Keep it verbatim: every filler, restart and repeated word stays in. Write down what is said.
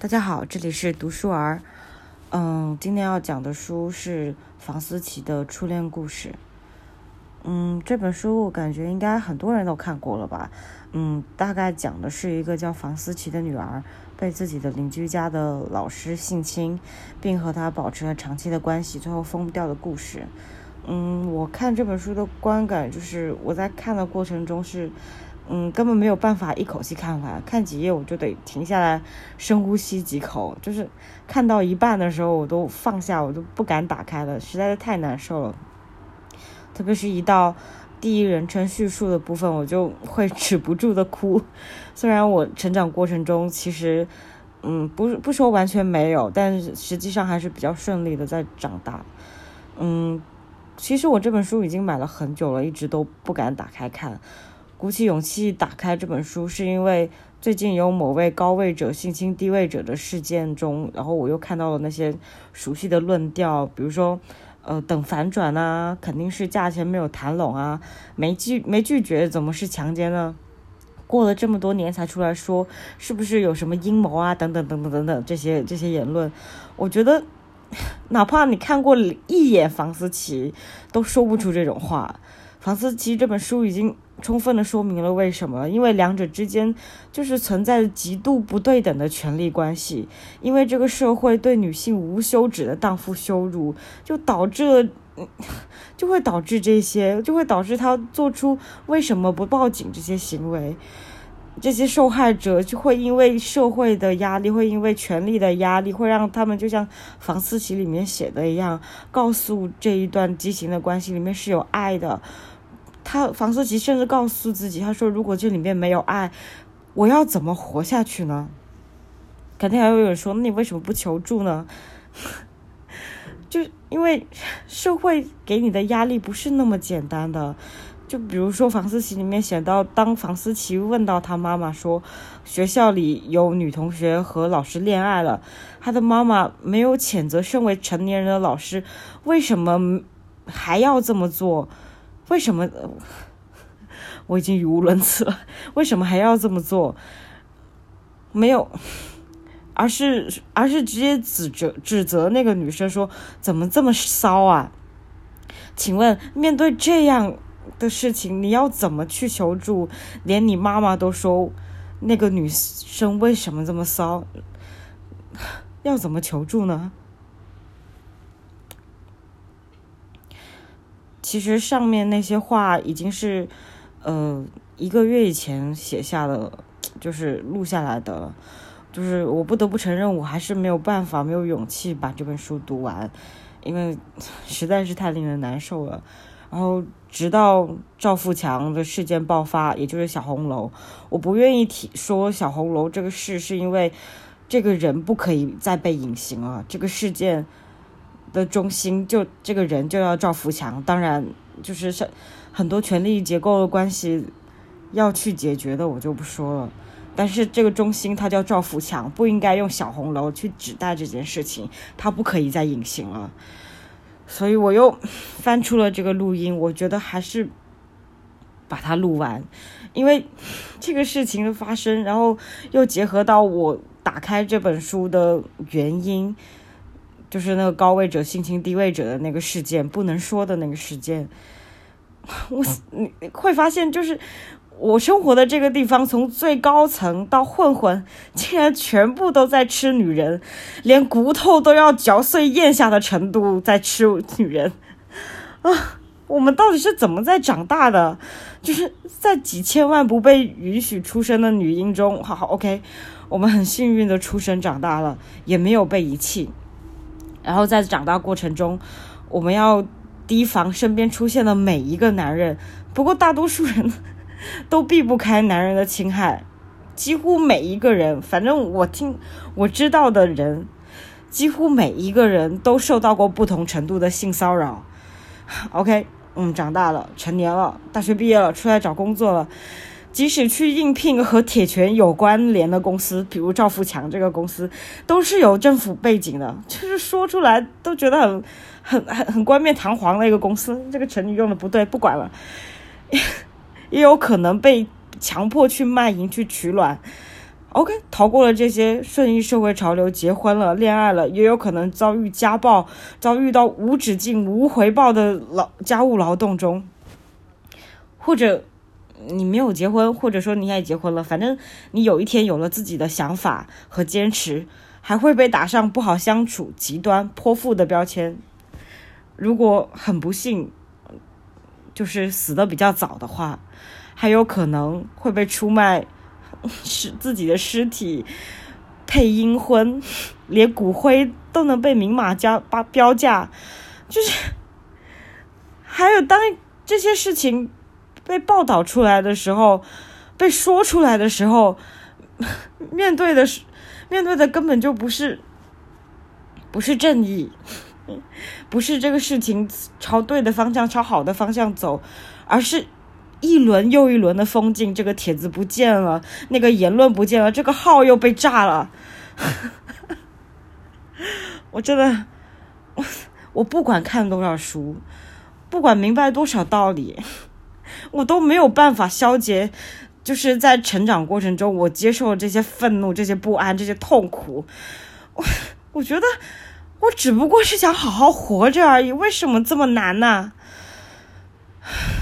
大家好，这里是读书儿。嗯，今天要讲的书是房思琪的初恋故事。嗯，这本书我感觉应该很多人都看过了吧。嗯，大概讲的是一个叫房思琪的女儿被自己的邻居家的老师性侵，并和他保持了长期的关系，最后疯掉的故事。嗯，我看这本书的观感就是我在看的过程中是嗯，根本没有办法一口气看完，看几页我就得停下来深呼吸几口，就是看到一半的时候我都放下，我都不敢打开了，实在是太难受了。特别是一到第一人称叙述的部分，我就会止不住的哭。虽然我成长过程中其实嗯不不说完全没有，但是实际上还是比较顺利的在长大。嗯，其实我这本书已经买了很久了，一直都不敢打开看。鼓起勇气打开这本书，是因为最近有某位高位者性侵低位者的事件中，然后我又看到了那些熟悉的论调，比如说呃，等反转啊，肯定是价钱没有谈拢啊，没拒没拒绝怎么是强奸呢？过了这么多年才出来说，是不是有什么阴谋啊？等等等等等等这些这些言论，我觉得哪怕你看过一眼房思琪，都说不出这种话。房思琪这本书已经充分的说明了为什么，因为两者之间就是存在着极度不对等的权力关系，因为这个社会对女性无休止的荡妇羞辱，就导致了就会导致这些就会导致他做出为什么不报警这些行为。这些受害者就会因为社会的压力，会因为权力的压力，会让他们就像房思琪里面写的一样，告诉这一段畸形的关系里面是有爱的。他房思琪甚至告诉自己，他说如果这里面没有爱，我要怎么活下去呢？肯定还有人说，那你为什么不求助呢？就因为社会给你的压力不是那么简单的。就比如说房思琪里面写到，当房思琪问到他妈妈说学校里有女同学和老师恋爱了，他的妈妈没有谴责身为成年人的老师为什么还要这么做，为什么我已经语无伦次了，为什么还要这么做？没有，而是而是直接指责指责那个女生说怎么这么骚啊？请问面对这样的事情，你要怎么去求助？连你妈妈都说那个女生为什么这么骚，要怎么求助呢？其实上面那些话已经是呃一个月以前写下的，就是录下来的，就是我不得不承认，我还是没有办法没有勇气把这本书读完，因为实在是太令人难受了。然后直到赵富强的事件爆发，也就是小红楼，我不愿意提说小红楼这个事，是因为这个人不可以再被隐形了，这个事件的中心就这个人就要赵富强，当然就是很多权力结构的关系要去解决的我就不说了，但是这个中心他叫赵富强，不应该用小红楼去指代这件事情，他不可以再隐形了。所以我又翻出了这个录音，我觉得还是把它录完，因为这个事情的发生，然后又结合到我打开这本书的原因，就是那个高位者性侵低位者的那个事件，不能说的那个事件，我你会发现就是我生活的这个地方，从最高层到混混，竟然全部都在吃女人，连骨头都要嚼碎咽下的程度在吃女人啊！我们到底是怎么在长大的？就是在几千万不被允许出生的女婴中，好好 OK， 我们很幸运的出生长大了，也没有被遗弃。然后在长大过程中，我们要提防身边出现的每一个男人，不过大多数人都避不开男人的侵害，几乎每一个人，反正我听我知道的人，几乎每一个人都受到过不同程度的性骚扰。OK， 嗯，长大了，成年了，大学毕业了，出来找工作了，即使去应聘和铁拳有关联的公司，比如赵富强这个公司，都是有政府背景的，就是说出来都觉得很很很很冠冕堂皇的一个公司，这个成语用的不对，不管了。也有可能被强迫去卖淫去取卵， OK， 逃过了这些，顺应社会潮流，结婚了，恋爱了，也有可能遭遇家暴，遭遇到无止境无回报的劳家务劳动中，或者你没有结婚，或者说你也结婚了，反正你有一天有了自己的想法和坚持，还会被打上不好相处、极端、泼妇的标签。如果很不幸就是死得比较早的话，还有可能会被出卖是自己的尸体，配阴婚，连骨灰都能被明码价标价。就是还有当这些事情被报道出来的时候，被说出来的时候，面对的面对的根本就不是不是正义，不是这个事情朝对的方向朝好的方向走，而是一轮又一轮的封禁。这个帖子不见了，那个言论不见了，这个号又被炸了。我真的我, 我不管看多少书，不管明白多少道理，我都没有办法消解，就是在成长过程中我接受了这些愤怒，这些不安，这些痛苦。我我觉得我只不过是想好好活着而已，为什么这么难呢、啊？